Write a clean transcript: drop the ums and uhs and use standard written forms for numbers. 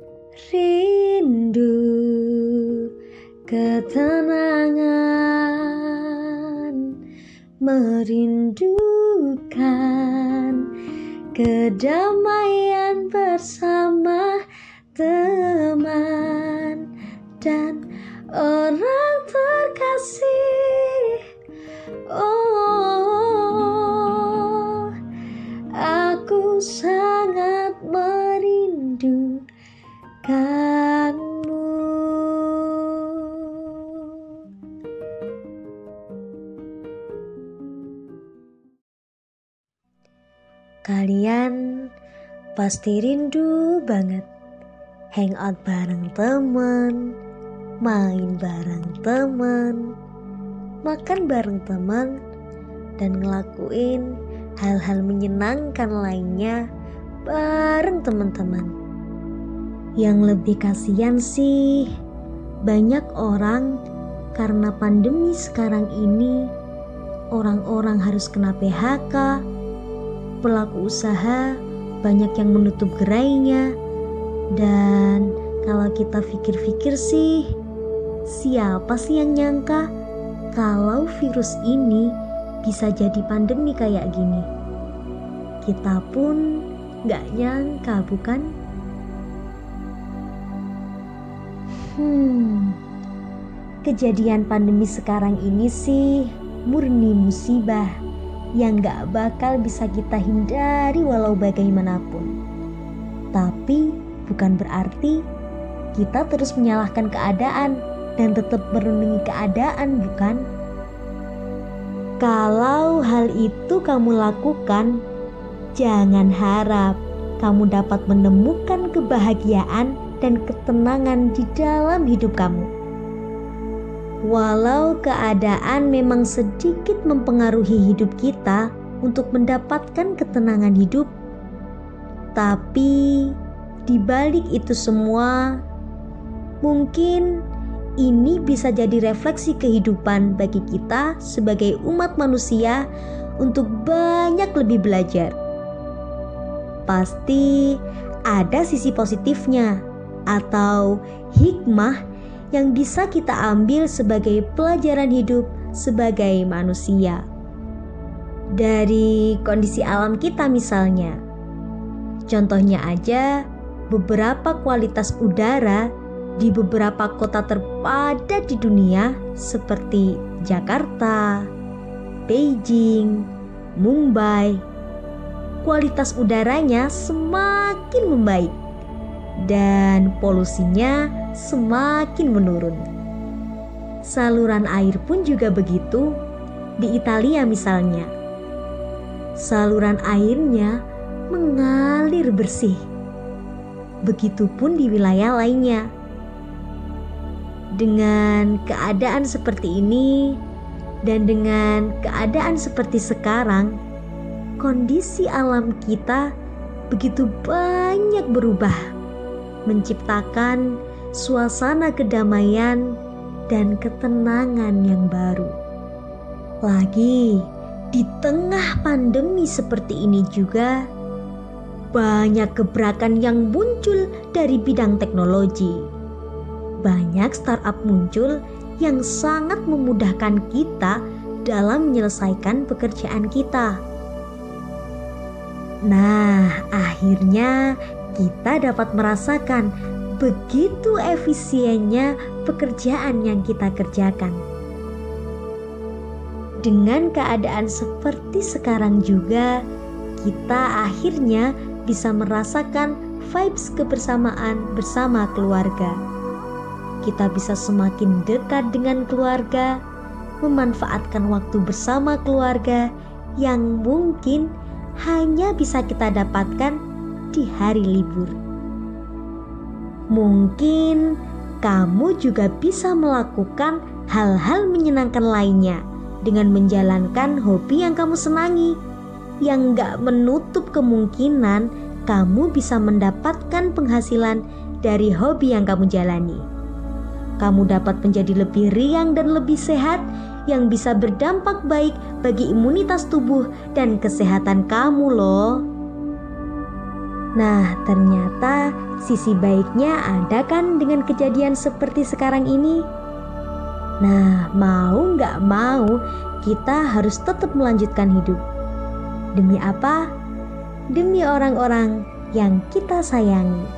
Rindu ketenangan, merindukan kedamaian bersama teman dan orang terkasih. Oh, aku sangat merindukanmu. Kalian pasti rindu banget hangout bareng temen, main bareng temen, makan bareng temen, dan ngelakuin hal-hal menyenangkan lainnya bareng teman-teman. Yang lebih kasihan sih, banyak orang karena pandemi sekarang ini, orang-orang harus kena PHK, pelaku usaha banyak yang menutup gerainya. Dan kalau kita pikir-pikir sih, siapa sih yang nyangka kalau virus ini bisa jadi pandemi kayak gini? Kita pun gak nyangka, bukan? Kejadian pandemi sekarang ini sih murni musibah yang gak bakal bisa kita hindari walau bagaimanapun. Tapi bukan berarti kita terus menyalahkan keadaan dan tetap merenungi keadaan, bukan? Kalau hal itu kamu lakukan, jangan harap kamu dapat menemukan kebahagiaan dan ketenangan di dalam hidup kamu. Walau keadaan memang sedikit mempengaruhi hidup kita untuk mendapatkan ketenangan hidup, tapi di balik itu semua, mungkin ini bisa jadi refleksi kehidupan bagi kita sebagai umat manusia untuk banyak lebih belajar. Pasti ada sisi positifnya atau hikmah yang bisa kita ambil sebagai pelajaran hidup sebagai manusia. Dari kondisi alam kita misalnya. Contohnya aja, beberapa kualitas udara di beberapa kota terpadat di dunia seperti Jakarta, Beijing, Mumbai. Kualitas udaranya semakin membaik dan polusinya semakin menurun. Saluran air pun juga begitu. Di Italia misalnya, saluran airnya mengalir bersih. Begitupun di wilayah lainnya. Dengan keadaan seperti ini dan dengan keadaan seperti sekarang, kondisi alam kita begitu banyak berubah, menciptakan suasana kedamaian dan ketenangan yang baru. Lagi di tengah pandemi seperti ini juga, banyak gebrakan yang muncul dari bidang teknologi. Banyak startup muncul yang sangat memudahkan kita dalam menyelesaikan pekerjaan kita. Nah, akhirnya kita dapat merasakan begitu efisiennya pekerjaan yang kita kerjakan. Dengan keadaan seperti sekarang juga, kita akhirnya bisa merasakan vibes kebersamaan bersama keluarga. Kita bisa semakin dekat dengan keluarga, memanfaatkan waktu bersama keluarga yang mungkin hanya bisa kita dapatkan di hari libur. Mungkin kamu juga bisa melakukan hal-hal menyenangkan lainnya dengan menjalankan hobi yang kamu senangi, yang gak menutup kemungkinan kamu bisa mendapatkan penghasilan dari hobi yang kamu jalani. Kamu dapat menjadi lebih riang dan lebih sehat, yang bisa berdampak baik bagi imunitas tubuh dan kesehatan kamu loh. Nah, ternyata sisi baiknya ada kan dengan kejadian seperti sekarang ini? Nah, mau nggak mau, kita harus tetap melanjutkan hidup. Demi apa? Demi orang-orang yang kita sayangi.